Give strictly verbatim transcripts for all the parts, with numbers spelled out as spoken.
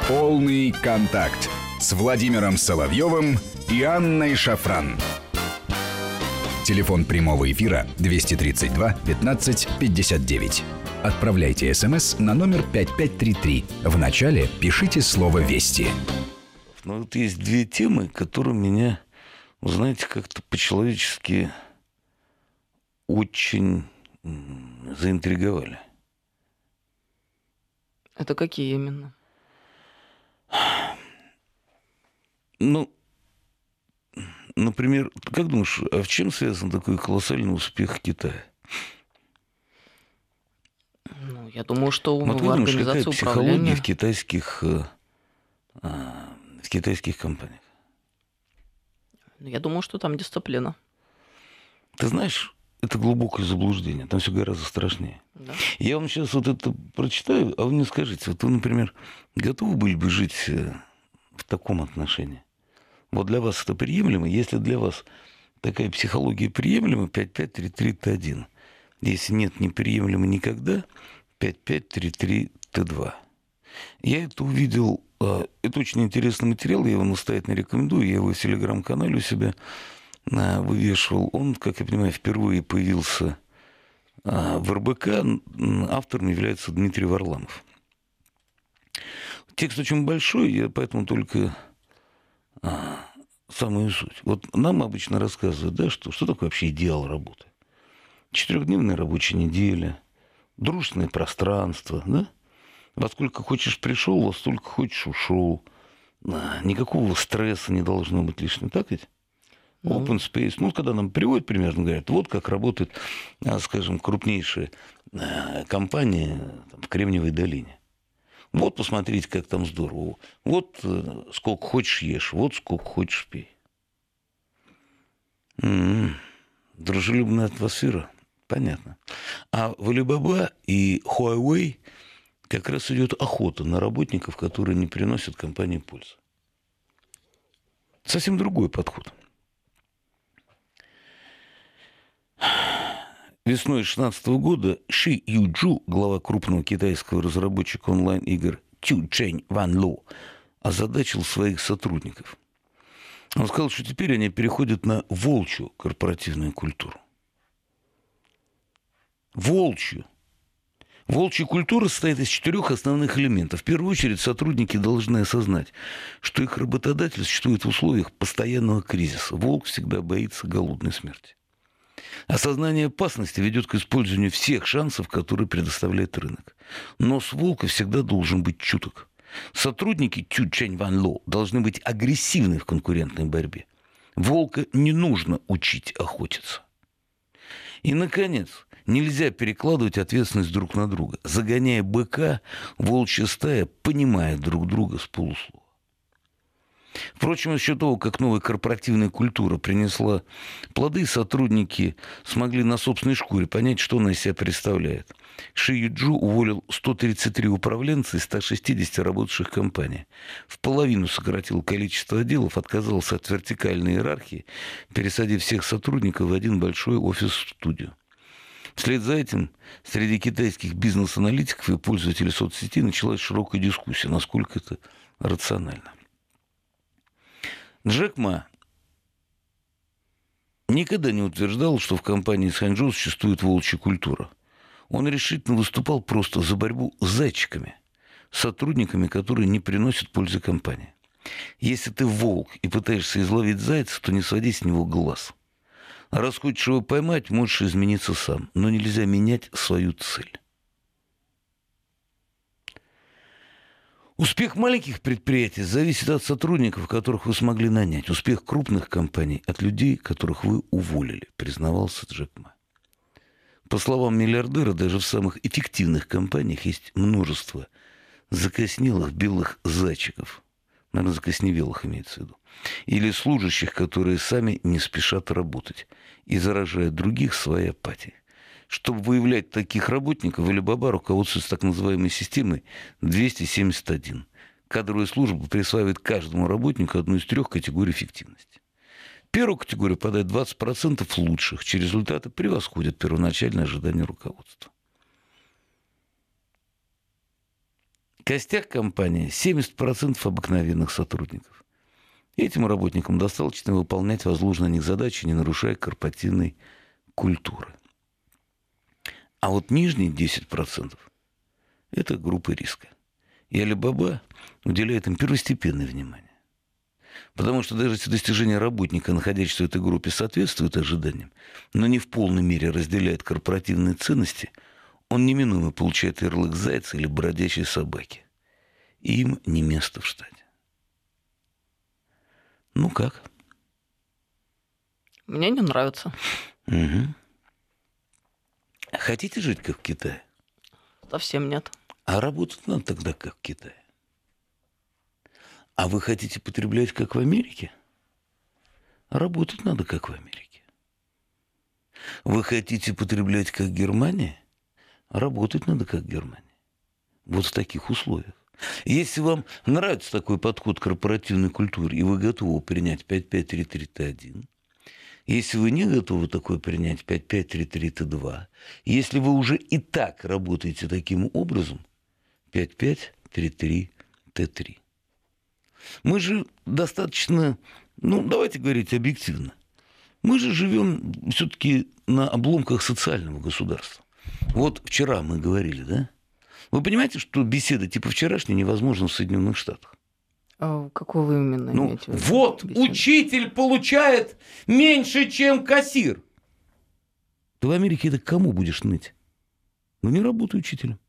Полный контакт с Владимиром Соловьевым и Анной Шафран. Телефон прямого эфира двести тридцать два пятнадцать пятьдесят девять. Отправляйте смс на номер пять пять три три. В начале пишите слово «Вести». Но вот есть две темы, которые меня, вы знаете, как-то по-человечески очень заинтриговали. Это какие именно? Ну, например, как думаешь, а в чем связан такой колоссальный успех Китая? Ну, я думаю, что вот в вы думаете, организации какая управления... психология в китайских, в китайских компаниях? Я думаю, что там дисциплина. Ты знаешь, это глубокое заблуждение. Там все гораздо страшнее. Да? Я вам сейчас вот это прочитаю, а вы мне скажите, вот вы, например, готовы были бы жить в таком отношении? Вот для вас это приемлемо? Если для вас такая психология приемлема, пять пять три три Т один. Если нет, неприемлемо никогда, пять пять три три Т два. Я это увидел, это очень интересный материал, я его настоятельно рекомендую, я его в телеграм-канале у себя вывешивал. Он, как я понимаю, впервые появился в эр бэ ка, автором является Дмитрий Варламов. Текст очень большой, я поэтому только самую суть. Вот нам обычно рассказывают, да, что, что такое вообще идеал работы. Четырехдневная рабочая неделя, дружественное пространство, да? Во сколько хочешь пришел, во столько хочешь ушел. Никакого стресса не должно быть лишним, так ведь? Open space. Ну, когда нам приводят, примерно говорят, вот как работает, скажем, крупнейшая компания в Кремниевой долине. Вот посмотрите, как там здорово. Вот сколько хочешь ешь, вот сколько хочешь пей. М-м-м. Дружелюбная атмосфера. Понятно. А в Alibaba и Huawei как раз идет охота на работников, которые не приносят компании пользы. Совсем другой подход. Весной две тысячи шестнадцатого года Ши Юджу, глава крупного китайского разработчика онлайн-игр Тю Чэнь Ван Ло, озадачил своих сотрудников. Он сказал, что теперь они переходят на волчью корпоративную культуру. Волчью. Волчья культура состоит из четырех основных элементов. В первую очередь сотрудники должны осознать, что их работодатель существует в условиях постоянного кризиса. Волк всегда боится голодной смерти. Осознание опасности ведет к использованию всех шансов, которые предоставляет рынок. Нос волка всегда должен быть чуток. Сотрудники Тю Чэнь Ван Ло должны быть агрессивны в конкурентной борьбе. Волка не нужно учить охотиться. И, наконец, нельзя перекладывать ответственность друг на друга. Загоняя быка, волчья стая понимает друг друга с полуслова. Впрочем, еще того, как новая корпоративная культура принесла плоды, сотрудники смогли на собственной шкуре понять, что она из себя представляет. Ши Юджу уволил сто тридцать три управленца из ста шестидесяти работавших компаний. В половину сократил количество отделов, отказался от вертикальной иерархии, пересадив всех сотрудников в один большой офис-студию. Вслед за этим среди китайских бизнес-аналитиков и пользователей соцсетей началась широкая дискуссия, насколько это рационально. Джек Ма никогда не утверждал, что в компании Ханчжоу существует волчья культура. Он решительно выступал просто за борьбу с зайчиками, сотрудниками, которые не приносят пользы компании. Если ты волк и пытаешься изловить зайца, то не своди с него глаз. А раз хочешь его поймать, можешь измениться сам, но нельзя менять свою цель. Успех маленьких предприятий зависит от сотрудников, которых вы смогли нанять. Успех крупных компаний от людей, которых вы уволили, признавался Джек Ма. По словам миллиардера, даже в самых эффективных компаниях есть множество закоснелых белых зайчиков. Наверное, закосневелых имеется в виду. Или служащих, которые сами не спешат работать и заражают других своей апатией. Чтобы выявлять таких работников, Alibaba руководствуется так называемой системой двести семьдесят один. Кадровая служба присваивает каждому работнику одну из трех категорий эффективности. В первую категорию попадает двадцать процентов лучших, чьи результаты превосходят первоначальные ожидания руководства. костяк компании семьдесят процентов обыкновенных сотрудников. Этим работникам достаточно выполнять возложенные на них задачи, не нарушая корпоративной культуры. А вот нижние десять процентов – это группа риска. И Алибаба уделяет им первостепенное внимание. Потому что даже если достижения работника, находящегося в этой группе, соответствуют ожиданиям, но не в полной мере разделяет корпоративные ценности, он неминуемо получает ярлык зайца или бродячей собаки. И им не место в штате. Ну как? Мне не нравится. Угу. Хотите жить, как в Китае? Совсем нет. А работать надо тогда, как в Китае. А вы хотите потреблять, как в Америке? А работать надо, как в Америке. Вы хотите потреблять, как Германия? А работать надо, как Германия. Вот в таких условиях. Если вам нравится такой подход к корпоративной культуре, и вы готовы принять пять пять три три Т один, если вы не готовы такое принять пять пять три три Т два, если вы уже и так работаете таким образом, пять пять три три Т три. Мы же достаточно, ну, давайте говорить объективно, мы же живем все-таки на обломках социального государства. Вот вчера мы говорили, да? Вы понимаете, что беседа типа вчерашней невозможна в Соединенных Штатах? А какую вы именно Ну, имеете в виду? вот беседу? учитель получает меньше, чем кассир. Ты в Америке это кому будешь ныть? Ну, не работай учителем.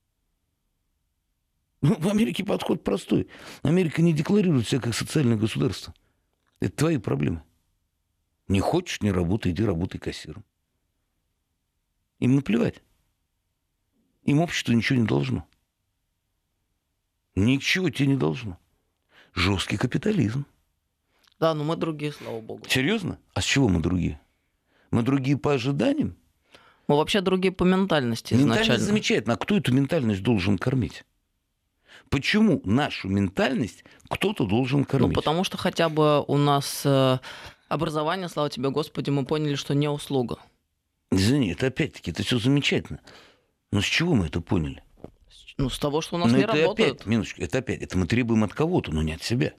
Ну, в Америке подход простой. Америка не декларирует себя как социальное государство. Это твои проблемы. Не хочешь, не работай, иди работай кассиром. Им наплевать. Им общество ничего не должно. Ничего тебе не должно. Жесткий капитализм. Да, но мы другие, слава богу. Серьезно? А с чего мы другие? Мы другие по ожиданиям? Мы вообще другие по ментальности Ментальность изначально. замечательно. А кто эту ментальность должен кормить? Почему нашу ментальность кто-то должен кормить? Ну, потому что хотя бы у нас э, образование, слава тебе, Господи, мы поняли, что не услуга. Извини, это опять-таки, это все замечательно. Но с чего мы это поняли? Ну, с того, что у нас Но не это работают. опять, минуточку, это опять, это мы требуем от кого-то, но не от себя.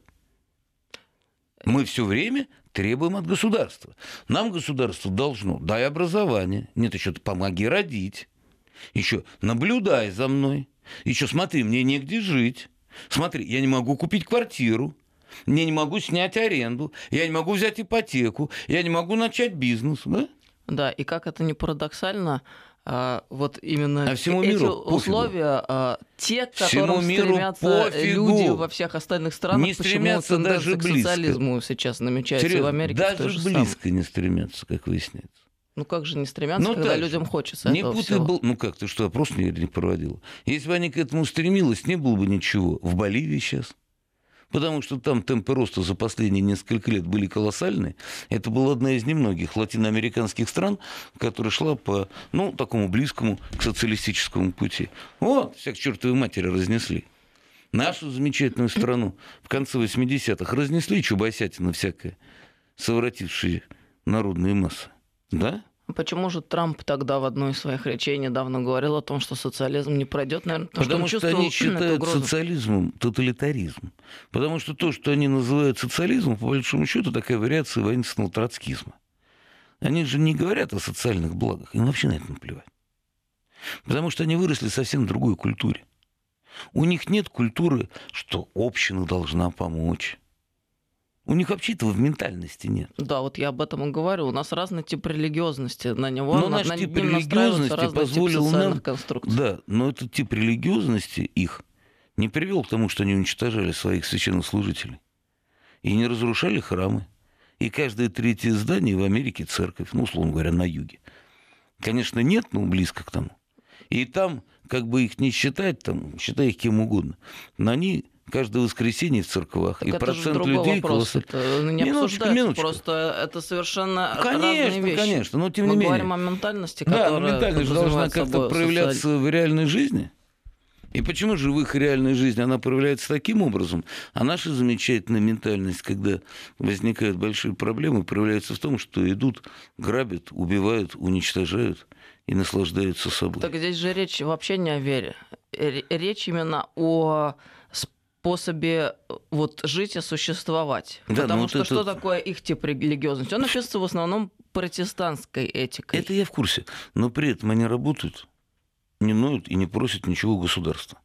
Мы все время требуем от государства. Нам государство должно, дай образование, нет, еще помоги родить, еще наблюдай за мной, еще смотри, мне негде жить, смотри, я не могу купить квартиру, я не могу снять аренду, я не могу взять ипотеку, я не могу начать бизнес, да? Да, и как это ни парадоксально, а, вот именно А всему эти миру условия, а, те, к Всему которым миру стремятся пофигу. люди во всех остальных странах, Не почему стремятся тенденция даже к близко. социализму сейчас намечается и в Серьезно, Америке то даже же самое. близко не стремятся, как выясняется. Ну как же не стремятся, Ну, когда так же. людям хочется Не этого путай всего? был... Ну как, ты что, опрос не, не проводила? Если бы они к этому стремились, не было бы ничего. В Боливии сейчас. Потому что там темпы роста за последние несколько лет были колоссальные. Это была одна из немногих латиноамериканских стран, которая шла по, ну, такому близкому к социалистическому пути. Вот, всех к чертовой матери разнесли. Нашу замечательную страну в конце восьмидесятых разнесли чубасятина всякая, совратившие народные массы. Да? Почему же Трамп тогда в одной из своих речей недавно говорил о том, что социализм не пройдет, наверное, потому, Потому что, что, он они чувствовал эту считают угрозу. социализмом тоталитаризм. Потому что то, что они называют социализмом, по большому счету, такая вариация воинственного троцкизма. Они же не говорят о социальных благах, им вообще на это наплевать. Потому что они выросли в совсем другой культуре. У них нет культуры, что община должна помочь. У них вообще этого в ментальности нет. Да, вот я об этом и говорю. У нас разный тип религиозности. На него Но на, наш на тип ним настраиваются религиозности разный позволил тип социальных нам... конструкций. Да, но этот тип религиозности их не привел к тому, что они уничтожали своих священнослужителей. И не разрушали храмы. И каждое третье здание в Америке церковь, ну, условно говоря, на юге. Конечно, нет, но близко к тому. И там, как бы их не считать, там, считай их кем угодно, но они каждое воскресенье в церквах. Так И это же процент другой людей вопрос. колоссальный. Это не Минуточку, обсуждается. минуточку. Просто это совершенно Конечно, разные вещи. конечно, но тем не Мы менее. говорим о ментальности, Да, которая но ментальность же должна подразумевает как-то собой проявляться социаль- в реальной жизни. И почему же в их реальной жизни она проявляется таким образом, а наша замечательная ментальность, когда возникают большие проблемы, проявляется в том, что идут, грабят, убивают, уничтожают и наслаждаются собой. Так здесь же речь вообще не о вере. речь именно о способе вот жить и существовать. Да, Потому вот что это... что такое их тип религиозности? Он написывается в основном протестантской этикой. Это я в курсе. Но при этом они работают, не ноют и не просят ничего у государства.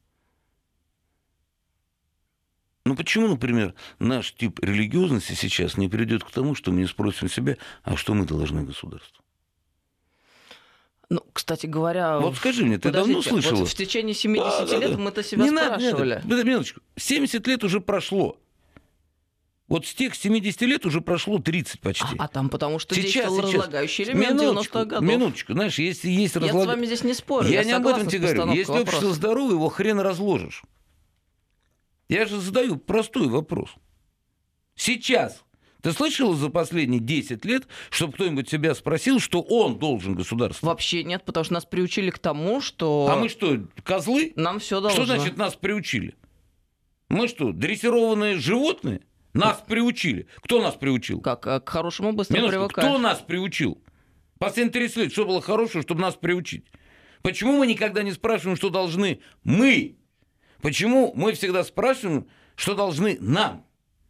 Ну почему, например, наш тип религиозности сейчас не придет к тому, что мы не спросим себя, а что мы должны государству? Ну, кстати говоря... Вот скажи мне, ты давно слышала? Вот в течение семидесяти да, лет да, да. мы-то себя не спрашивали. Надо, не надо. Минуточку. семьдесят лет уже прошло. Вот с тех семидесяти лет уже прошло тридцать почти. А, а там потому что сейчас, действовал сейчас. разлагающий элемент девяностых годов. Минуточку, знаешь, если есть разлагающий... Я разлаг... с вами здесь не спорю. Я, я не об этом тебе говорю. Если вопроса. Общество здоровое, его хрен разложишь. Я же задаю простой вопрос. Сейчас ты слышал за последние десять лет, чтобы кто-нибудь тебя спросил, что он должен государству? Вообще нет, потому что нас приучили к тому, что... А мы что, козлы? Нам все должно. Что значит нас приучили? Мы что, дрессированные животные? Нас приучили. Кто нас приучил? Как? К хорошему быстро Минутку, привыкаешь. Кто нас приучил? Последние тридцать лет, что было хорошего, чтобы нас приучить? Почему мы никогда не спрашиваем, что должны мы? Почему мы всегда спрашиваем, что должны нам?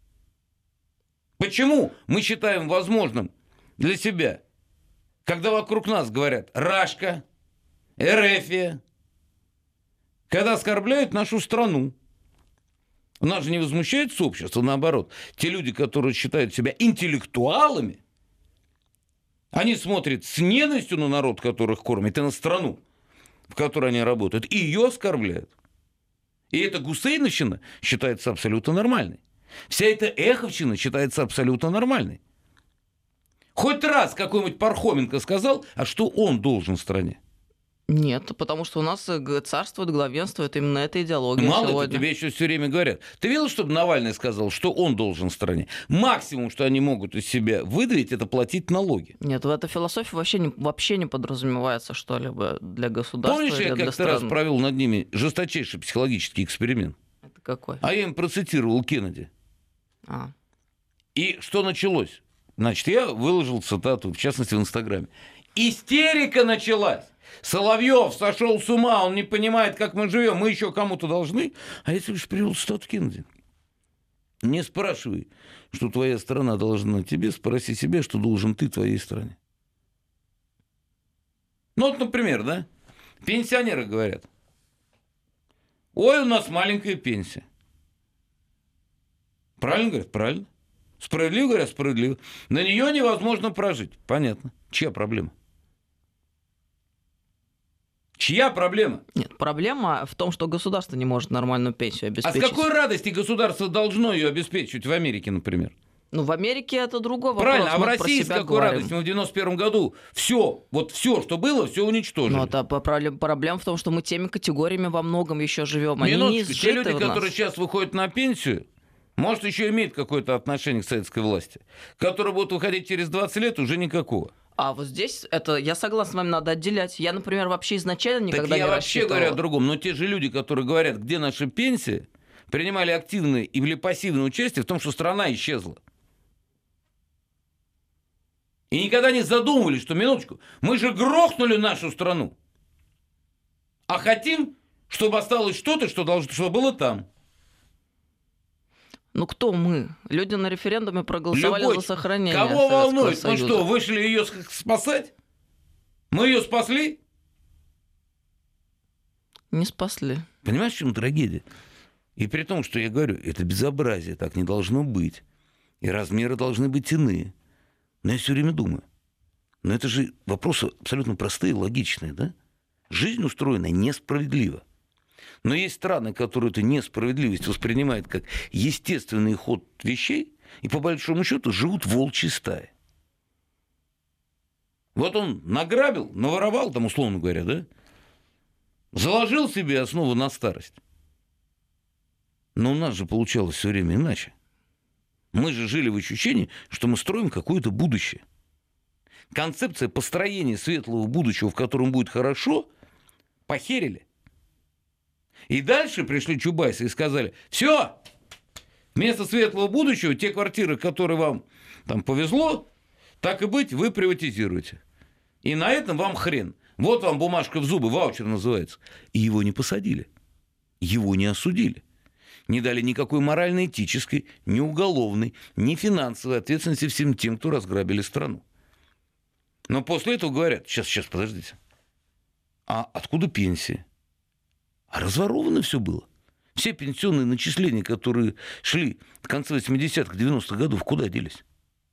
Почему мы считаем возможным для себя, когда вокруг нас говорят «Рашка», «Эрефия», когда оскорбляют нашу страну? У нас же не возмущается общество, наоборот. Те люди, которые считают себя интеллектуалами, они смотрят с ненавистью на народ, которых кормят, и на страну, в которой они работают, и ее оскорбляют. И эта гусейновщина считается абсолютно нормальной. Вся эта эховщина считается абсолютно нормальной. Хоть раз какой-нибудь Пархоменко сказал, а что он должен в стране? Нет, потому что у нас царствует, главенствует именно эта идеология. Мало сегодня. Ли, тебе еще все время говорят. Ты видел, чтобы Навальный сказал, что он должен в стране? Максимум, что они могут из себя выдавить, это платить налоги. Нет, в этой философии вообще не, вообще не подразумевается что-либо для государства. Помнишь, или я для как-то раз провел над ними жесточайший психологический эксперимент? Это какой? А я им процитировал Кеннеди. А. И что началось? Значит, я выложил цитату, в частности, в Инстаграме. Истерика началась. Соловьев сошел с ума, он не понимает, как мы живем, мы еще кому-то должны. А я тебе лишь привел цитату Кеннеди. Не спрашивай, что твоя страна должна тебе, спроси себя, что должен ты твоей стране. Ну вот, например, да, пенсионеры говорят, ой, у нас маленькая пенсия. Правильно говорят? Правильно. Справедливо говорят? Справедливо. На нее невозможно прожить. Понятно. Чья проблема? Чья проблема? Нет, проблема в том, что государство не может нормальную пенсию обеспечить. А с какой радости государство должно ее обеспечивать в Америке, например? Ну, в Америке это другой вопрос. Правильно, а в России с какой говорим. радости? Мы в девяносто первом году все, вот все, что было, все уничтожили. Ну, это проблема в том, что мы теми категориями во многом еще живем. Они не изжиты те люди, в нас. которые сейчас выходят на пенсию, может, еще имеют какое-то отношение к советской власти, которые будут выходить через двадцать лет, уже никакого. А вот здесь, это я согласна с вами, надо отделять. Я, например, вообще изначально никогда так не я рассчитывала. вообще говорю о другом. Но те же люди, которые говорят, где наша пенсия, принимали активное или пассивное участие в том, что страна исчезла. И никогда не задумывались, что, минуточку, мы же грохнули нашу страну. А хотим, чтобы осталось что-то, что должно, что было там. Ну кто мы? Люди на референдуме проголосовали Любой. за сохранение Кого Советского волнует? Союза. Мы что, вышли ее спасать? Мы ее спасли? Не спасли. Понимаешь, в чем трагедия? И при том, что я говорю, это безобразие, так не должно быть. И размеры должны быть иные. Но я все время думаю, но это же вопросы абсолютно простые, логичные, да? Жизнь устроена несправедливо. Но есть страны, которые эту несправедливость воспринимают как естественный ход вещей, и по большому счету живут в волчьей стае. Вот он награбил, наворовал, там, условно говоря, да? Заложил себе основу на старость. Но у нас же получалось все время иначе. Мы же жили в ощущении, что мы строим какое-то будущее. Концепция построения светлого будущего, в котором будет хорошо, похерили. И дальше пришли чубайсы и сказали, все, вместо светлого будущего, те квартиры, которые вам там повезло, так и быть, вы приватизируете. И на этом вам хрен. Вот вам бумажка в зубы, ваучер называется. И его не посадили. его не осудили. Не дали никакой морально-этической, ни уголовной, ни финансовой ответственности всем тем, кто разграбили страну. Но после этого говорят, сейчас, сейчас, подождите, а откуда пенсии? А разворовано все было. Все пенсионные начисления, которые шли в конце восьмидесятых, девяностых годов, куда делись?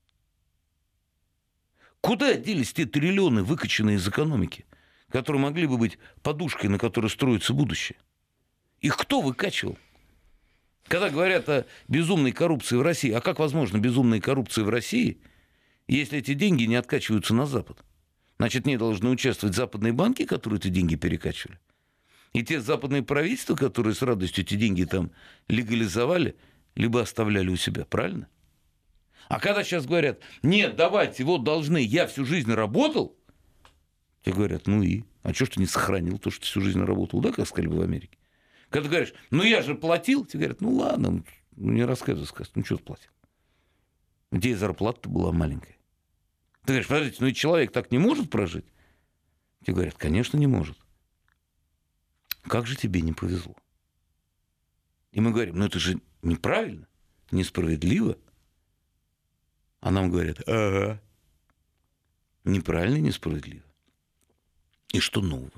Куда делись те триллионы, выкачанные из экономики, которые могли бы быть подушкой, на которой строится будущее? Их кто выкачивал? Когда говорят о безумной коррупции в России, а как возможно безумная коррупция в России, если эти деньги не откачиваются на Запад? Значит, не должны участвовать западные банки, которые эти деньги перекачивали. И те западные правительства, которые с радостью эти деньги там легализовали, либо оставляли у себя, правильно? А когда сейчас говорят, нет, давайте, вот должны, я всю жизнь работал, тебе говорят, ну и? А что ж ты не сохранил то, что ты всю жизнь работал, да, как сказали бы в Америке? Когда ты говоришь, ну я же платил, тебе говорят, ну ладно, ну не рассказывай сказку, ну что ты платил? Где и зарплата-то была маленькая. Ты говоришь, подождите, ну и человек так не может прожить? Тебе говорят, конечно, не может. Как же тебе не повезло? И мы говорим, ну это же неправильно, несправедливо. А нам говорят, ага, неправильно и несправедливо. И что нового?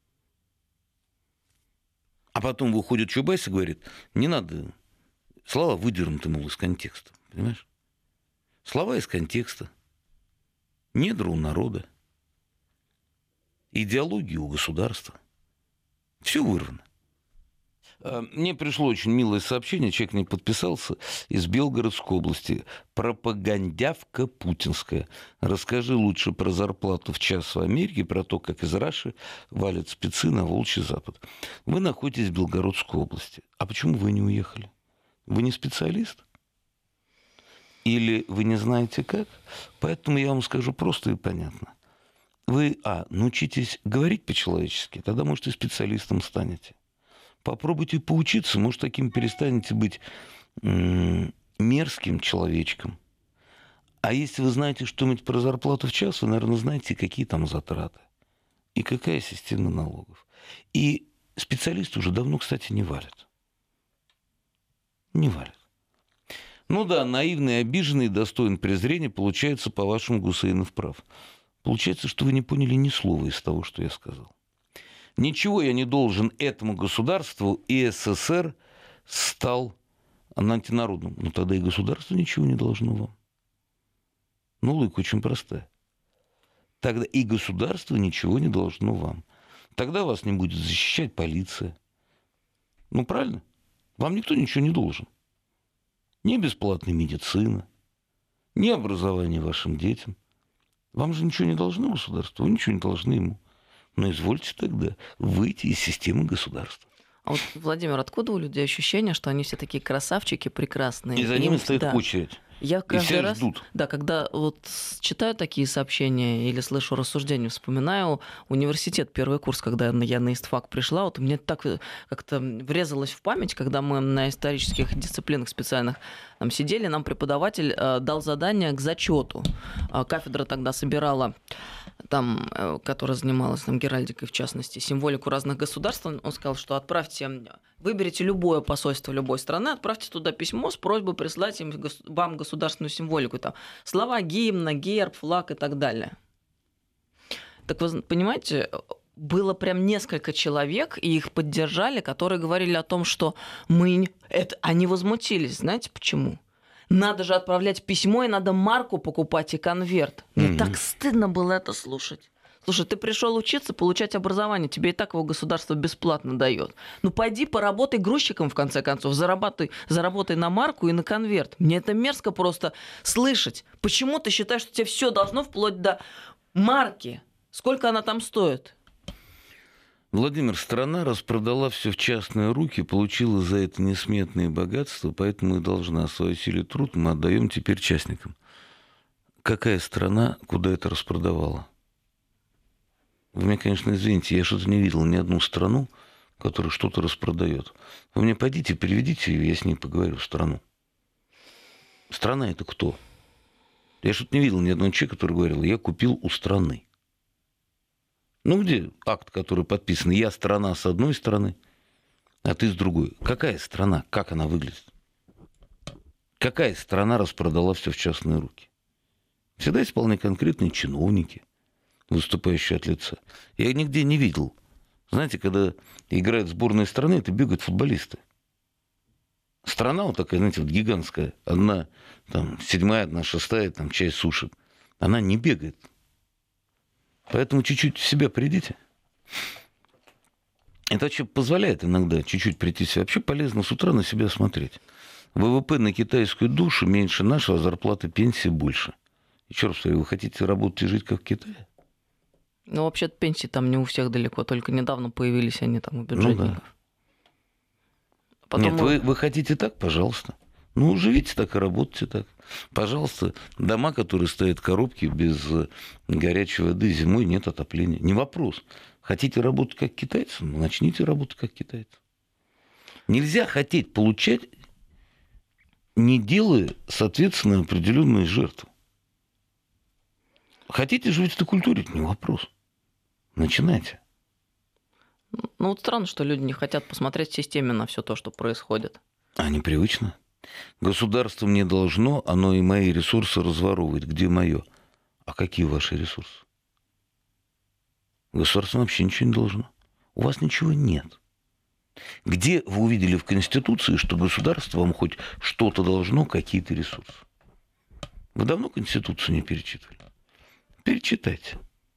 А потом выходит Чубайс и говорит, не надо, слова выдернуты, мол, из контекста. Понимаешь? Слова из контекста. Недра у народа. Идеология у государства. Все вырвано. Мне пришло очень милое сообщение, человек не подписался, из Белгородской области. Пропагандявка путинская. Расскажи лучше про зарплату в час в Америке, про то, как из Раши валят спецы на Волчий Запад. Вы находитесь в Белгородской области. А почему вы не уехали? Вы не специалист? Или вы не знаете как? Поэтому я вам скажу просто и понятно. Вы, а, научитесь говорить по-человечески, тогда, может, и специалистом станете. Попробуйте поучиться, может, таким перестанете быть м- мерзким человечком. А если вы знаете что-нибудь про зарплату в час, вы, наверное, знаете, какие там затраты и какая система налогов. И специалисты уже давно, кстати, не валят. Не валят. Ну да, наивный, обиженный, достоин презрения, получается, по-вашему, Гусейнов прав. Получается, что вы не поняли ни слова из того, что я сказал. Ничего я не должен этому государству, и СССР стал антинародным. Ну, тогда и государство ничего не должно вам. Ну, логика очень простая. Тогда и государство ничего не должно вам. Тогда вас не будет защищать полиция. Ну, правильно? Вам никто ничего не должен. Ни бесплатная медицина, ни образование вашим детям. Вам же ничего не должно государство, вы ничего не должны ему. Но извольте тогда выйти из системы государства. А вот, Владимир, откуда у людей ощущение, что они все такие красавчики, прекрасные? И за ними Им, стоит да. очередь. Я каждый и все раз, ждут. Да, когда вот читаю такие сообщения или слышу рассуждения, вспоминаю университет, первый курс, когда я на ИСТФАК пришла, вот мне так как-то врезалось в память, когда мы на исторических дисциплинах специальных там сидели, нам преподаватель э, дал задание к зачету. Э, кафедра тогда собирала, там, э, которая занималась там, геральдикой, в частности, символику разных государств. Он сказал, что отправьте, выберите любое посольство любой страны, отправьте туда письмо с просьбой прислать им, вам государственную символику, там, слова гимна, герб, флаг и так далее. Так вы понимаете, было прям несколько человек, и их поддержали, которые говорили о том, что мы... Это... Они возмутились. Знаете почему? Надо же отправлять письмо, и надо марку покупать и конверт. Мне mm-hmm. так стыдно было это слушать. Слушай, ты пришел учиться, получать образование, тебе и так его государство бесплатно дает. Ну пойди поработай грузчиком, в конце концов, заработай, заработай на марку и на конверт. Мне это мерзко просто слышать. Почему ты считаешь, что тебе все должно вплоть до марки? Сколько она там стоит? Владимир, страна распродала все в частные руки, получила за это несметные богатства, поэтому и должна свою силу труд мы отдаем теперь частникам. Какая страна, куда это распродавала? Вы меня, конечно, извините, я что-то не видел ни одну страну, которая что-то распродает. Вы мне пойдите, переведите ее, я с ней поговорю, страну. Страна это кто? Я что-то не видел ни одного человека, который говорил, я купил у страны. Ну, где акт, который подписан? Я страна с одной стороны, а ты с другой. Какая страна? Как она выглядит? Какая страна распродала все в частные руки? Всегда есть вполне конкретные чиновники, выступающие от лица. Я нигде не видел. Знаете, когда играют сборные страны, это бегают футболисты. Страна вот такая, знаете, вот гигантская. Одна там седьмая, одна шестая, там часть суши. Она не бегает. Поэтому чуть-чуть в себя придите. Это вообще позволяет иногда чуть-чуть прийти в себя. Вообще полезно с утра на себя смотреть. ВВП на китайскую душу меньше нашего, а зарплаты пенсии больше. Еще раз говорю, вы хотите работать и жить, как в Китае? Ну, вообще-то пенсии там не у всех далеко. Только недавно появились они там у бюджетников. Ну, да. Потом Нет, мы... вы, вы хотите так, пожалуйста. Ну, живите так и работайте так. Пожалуйста, дома, которые стоят в коробке без горячей воды, зимой нет отопления. Не вопрос. Хотите работать как китайцы? Ну, начните работать как китайцы. Нельзя хотеть получать, не делая, соответственно, определенные жертвы. Хотите жить в этой культуре? Не вопрос. Начинайте. Ну, вот странно, что люди не хотят посмотреть в системе на все то, что происходит. А непривычно. Государство мне должно, оно и мои ресурсы разворовывает. Где мое? А какие ваши ресурсы? Государство вообще ничего не должно. У вас ничего нет. Где вы увидели в Конституции, что государство вам хоть что-то должно, какие-то ресурсы? Вы давно Конституцию не перечитывали? Перечитайте.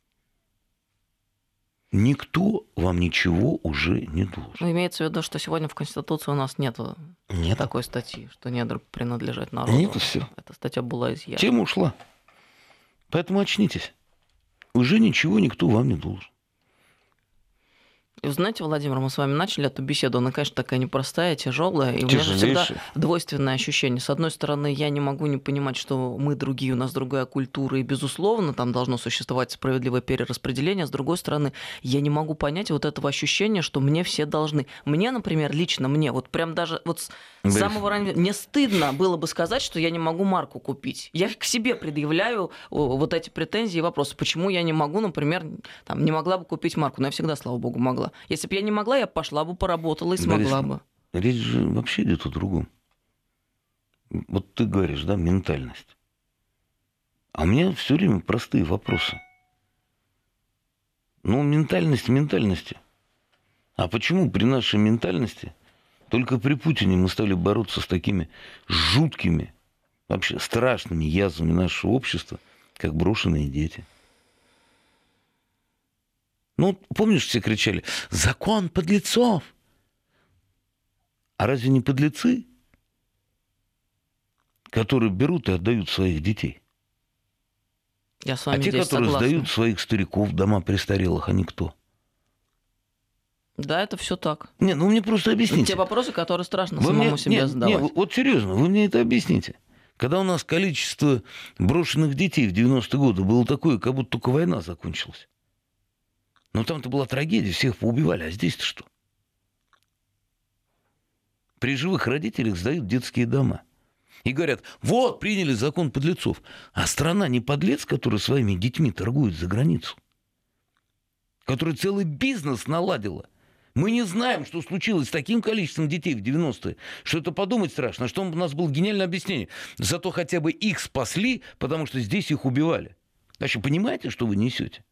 Никто вам ничего уже не должен. Ну, имеется в виду, что сегодня в Конституции у нас нет, Нет. такой статьи, что недра принадлежат народу. Нет, все. Эта статья была изъята. Тема ушла. Поэтому очнитесь. Уже ничего никто вам не должен. И вы знаете, Владимир, мы с вами начали эту беседу, она, конечно, такая непростая, тяжелая, и у меня же всегда двойственное ощущение. С одной стороны, я не могу не понимать, что мы другие, у нас другая культура, и, безусловно, там должно существовать справедливое перераспределение. С другой стороны, я не могу понять вот этого ощущения, что мне все должны. Мне, например, лично мне, вот прям даже вот с Борис. самого раннего... Мне стыдно было бы сказать, что я не могу марку купить. Я к себе предъявляю вот эти претензии и вопросы. Почему я не могу, например, там, не могла бы купить марку? Но я всегда, слава богу, могла. Если бы я не могла, я пошла бы, поработала и смогла Борис, бы. Речь же вообще идет о другом. Вот ты говоришь, да, ментальность. А у меня все время простые вопросы. Ну, ментальность ментальности. А почему при нашей ментальности только при Путине мы стали бороться с такими жуткими, вообще страшными язвами нашего общества, как брошенные дети? Ну, помнишь, все кричали: закон подлецов. А разве не подлецы, которые берут и отдают своих детей? Я с вами а те, здесь которые согласна. сдают своих стариков в дома престарелых, они кто? Да, это все так. Не, ну мне просто объясните. Те вопросы, которые страшно Вы самому мне, себе не, задавать. Не, вот серьезно, вы мне это объясните. Когда у нас количество брошенных детей в девяностые годы было такое, как будто только война закончилась. Но там-то была трагедия, всех поубивали, а здесь-то что? При живых родителях сдают детские дома. И говорят: вот, приняли закон подлецов. А страна не подлец, который своими детьми торгует за границу. Которая целый бизнес наладила. Мы не знаем, что случилось с таким количеством детей в девяностые, что это подумать страшно. Что у нас было гениальное объяснение. Зато хотя бы их спасли, потому что здесь их убивали. Вообще, понимаете, что вы несете?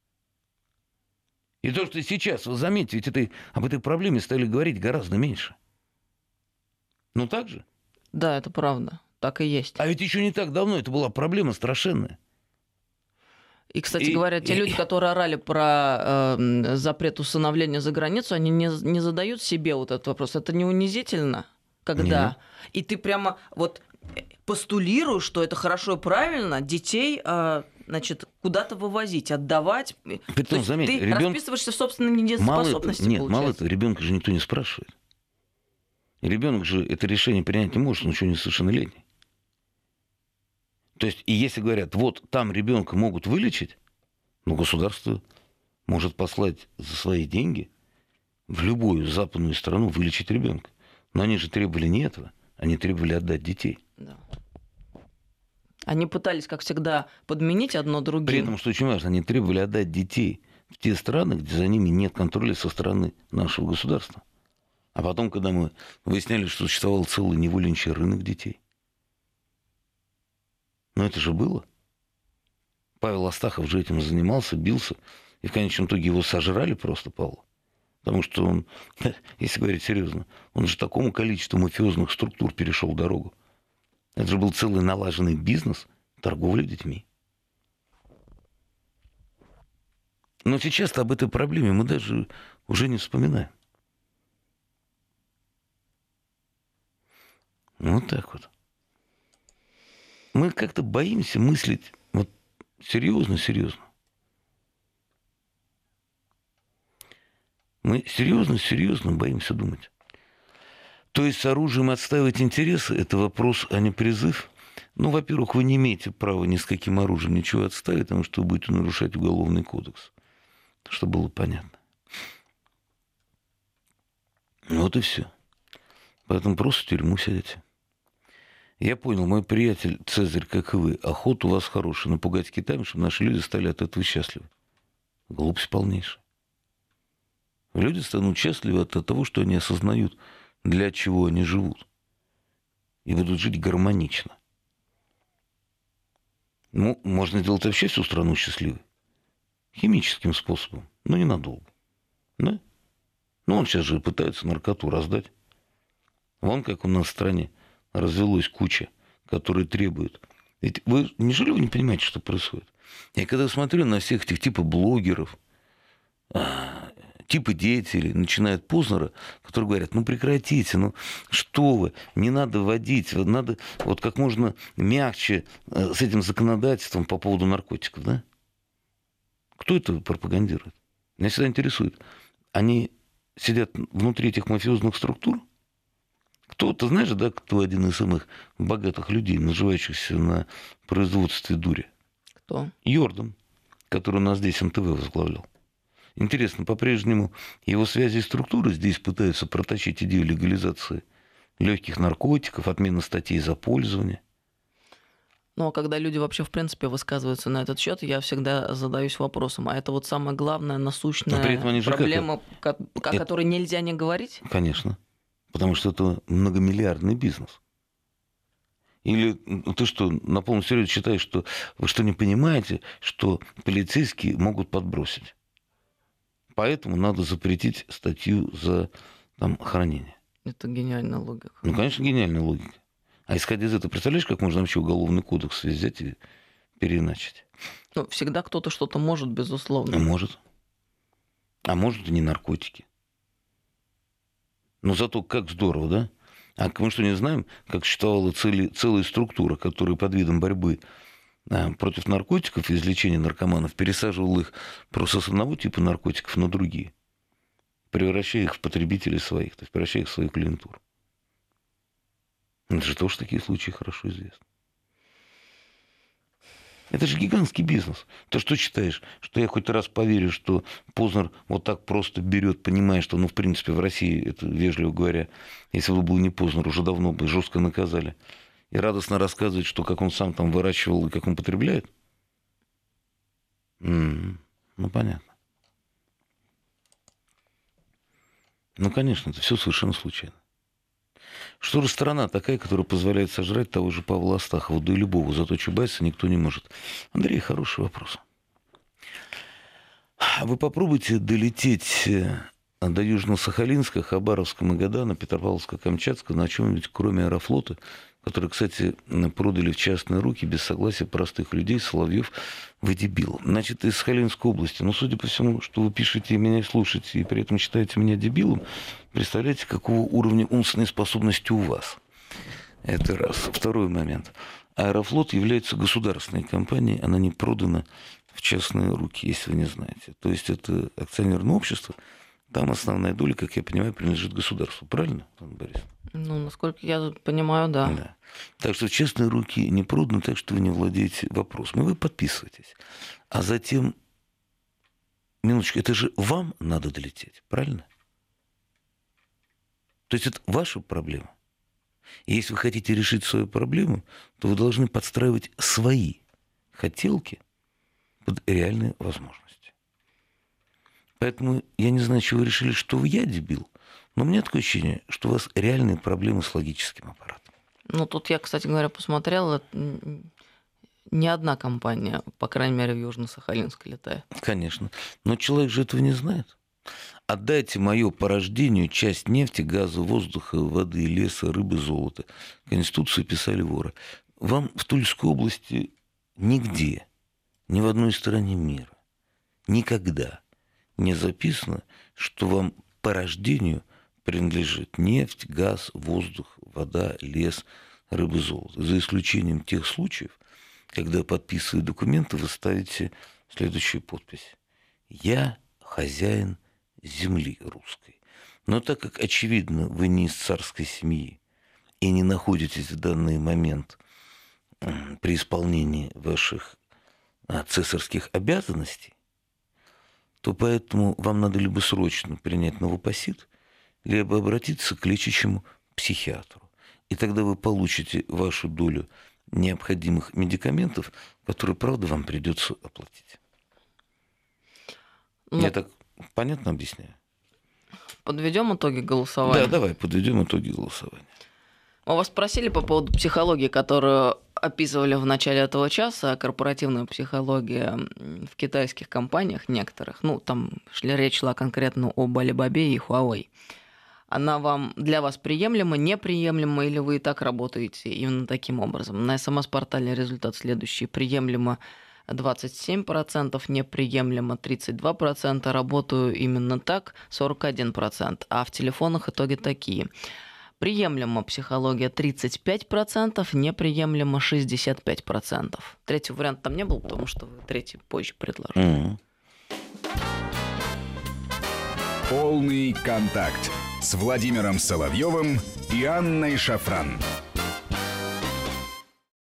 И то, что сейчас, вы заметите, ведь этой, об этой проблеме стали говорить гораздо меньше. Ну так же? Да, это правда. Так и есть. А ведь еще не так давно это была проблема страшенная. И, кстати И- говоря, те и- люди, которые орали про э, запрет усыновления за границу, они не, не задают себе вот этот вопрос. Это не унизительно, когда... Нет. И ты прямо вот постулируешь, что это хорошо и правильно детей... э, значит, куда-то вывозить, отдавать. Притом, То есть заметь, ты ребён- расписываешься в собственной Мало недееспособности, этого, нет, получается. мало этого, ребенка же никто не спрашивает. Ребенок же это решение принять не может, он еще не совершеннолетний. То есть, и если говорят, вот там ребенка могут вылечить, ну, государство может послать за свои деньги в любую западную страну вылечить ребенка. Но они же требовали не этого, они требовали отдать детей. Да. Они пытались, как всегда, подменить одно другим. При этом, что очень важно, они требовали отдать детей в те страны, где за ними нет контроля со стороны нашего государства. А потом, когда мы выясняли, что существовал целый невольничий рынок детей. Но это же было. Павел Астахов же этим занимался, бился. И в конечном итоге его сожрали просто, Павла. Потому что он, если говорить серьезно, он же такому количеству мафиозных структур перешел дорогу. Это же был целый налаженный бизнес торговли детьми. Но сейчас-то об этой проблеме мы даже уже не вспоминаем. Вот так вот. Мы как-то боимся мыслить вот серьезно-серьезно. Мы серьезно-серьезно боимся думать. То есть с оружием отстаивать интересы – это вопрос, а не призыв. Ну, во-первых, вы не имеете права ни с каким оружием ничего отставить, потому что вы будете нарушать уголовный кодекс. Чтобы было понятно. Вот и все. Поэтому просто в тюрьму сядете. Я понял, мой приятель Цезарь, как и вы, охота у вас хорошая, напугать Китаем, чтобы наши люди стали от этого счастливы. Глупость полнейшая. Люди станут счастливы от того, что они осознают, для чего они живут. И будут жить гармонично. Ну, можно сделать вообще всю страну счастливой. Химическим способом, но ненадолго. Да? Ну, он сейчас же пытается наркоту раздать. Вон как у нас в стране развелось куча, которые требуют. Ведь вы, неужели вы не понимаете, что происходит? Я когда смотрю на всех этих типа блогеров, типа деятелей, начиная от Познера, которые говорят, ну прекратите, ну что вы, не надо вводить, надо вот как можно мягче с этим законодательством по поводу наркотиков, да? Кто это пропагандирует? Меня всегда интересует. Они сидят внутри этих мафиозных структур? Кто-то, знаешь, да, кто один из самых богатых людей, наживающихся на производстве дури? Кто? Йордан, который у нас здесь эн тэ вэ возглавлял. Интересно, по-прежнему его связи и структуры здесь пытаются протащить идею легализации легких наркотиков, отмены статей за пользование. Ну, а когда люди вообще, в принципе, высказываются на этот счет, я всегда задаюсь вопросом, а это вот самая главная насущная проблема, как... о это... которой нельзя не говорить? Конечно. Потому что это многомиллиардный бизнес. Или ты что, на полном серьезе считаешь, что вы что, не понимаете, что полицейские могут подбросить? Поэтому надо запретить статью за там, хранение. Это гениальная логика. Ну, конечно, гениальная логика. А исходя из этого, представляешь, как можно вообще уголовный кодекс взять и переиначить? Ну, всегда кто-то что-то может, безусловно. Может. А может и не наркотики. Но зато как здорово, да? А мы что, не знаем, как существовала цели, целая структура, которая под видом борьбы а, против наркотиков и излечения наркоманов пересаживала их просто с одного типа наркотиков на другие, превращая их в потребителей своих, то есть превращая их в свою клиентуру. Это же тоже такие случаи хорошо известны. Это же гигантский бизнес. Ты что считаешь, что я хоть раз поверю, что Познер вот так просто берет, понимая, что, ну, в принципе, в России, это, вежливо говоря, если бы был не Познер, уже давно бы жестко наказали, и радостно рассказывает, что как он сам там выращивал и как он потребляет? М-м, ну, понятно. Ну, конечно, это все совершенно случайно. Что же страна такая, которая позволяет сожрать того же Павла Астахова, да и любого, зато Чубайса никто не может? Андрей, хороший вопрос. Вы попробуйте долететь до Южно-Сахалинска, Хабаровска, Магадана, Петропавловска-Камчатска на чем-нибудь, кроме Аэрофлота, который, кстати, продали в частные руки без согласия простых людей, соловьев, вы дебил. Значит, из Сахалинской области. Но, судя по всему, что вы пишете и меня слушаете, и при этом считаете меня дебилом, представляете, какого уровня умственной способности у вас. Это раз. Второй момент. Аэрофлот является государственной компанией, она не продана в частные руки, если вы не знаете. То есть это акционерное общество, там основная доля, как я понимаю, принадлежит государству. Правильно, Анна Борисовна? Ну, насколько я понимаю, да. Да. Так что в частные руки не продано, так что вы не владеете вопросом. И вы подписываетесь. А затем, минуточку, это же вам надо долететь, правильно? То есть это ваша проблема. И если вы хотите решить свою проблему, то вы должны подстраивать свои хотелки под реальные возможности. Поэтому я не знаю, чего вы решили, что я дебил. Но у меня такое ощущение, что у вас реальные проблемы с логическим аппаратом. Ну, тут я, кстати говоря, посмотрела, ни одна компания, по крайней мере, в Южно-Сахалинск летает. Конечно. Но человек же этого не знает. Отдайте мое по рождению часть нефти, газа, воздуха, воды, леса, рыбы, золота. Конституцию писали воры. Вам в Тульской области нигде, ни в одной стране мира, никогда не записано, что вам по рождению принадлежит нефть, газ, воздух, вода, лес, рыбы, золото. За исключением тех случаев, когда, подписывая документы, вы ставите следующую подпись. «Я хозяин земли русской». Но так как, очевидно, вы не из царской семьи и не находитесь в данный момент при исполнении ваших цесарских обязанностей, то поэтому вам надо либо срочно принять новопосит, либо обратиться к лечащему психиатру. И тогда вы получите вашу долю необходимых медикаментов, которые, правда, вам придется оплатить. Ну, я так понятно объясняю? Подведем итоги голосования. Да, давай, подведем итоги голосования. Мы вас спросили по поводу психологии, которую описывали в начале этого часа, корпоративная психология в китайских компаниях некоторых. Ну, там шли, речь шла конкретно об Alibaba и Huawei. Она вам, для вас приемлема, неприемлема, или вы и так работаете именно таким образом? На СМС-портале результат следующий. Приемлемо двадцать семь процентов, неприемлемо тридцать два процента, работаю именно так сорок один процент. А в телефонах итоги такие. Приемлема психология тридцать пять процентов, неприемлемо шестьдесят пять процентов. Третий вариант там не был, потому что вы третий позже предложили. Mm-hmm. Полный контакт с Владимиром Соловьевым и Анной Шафран.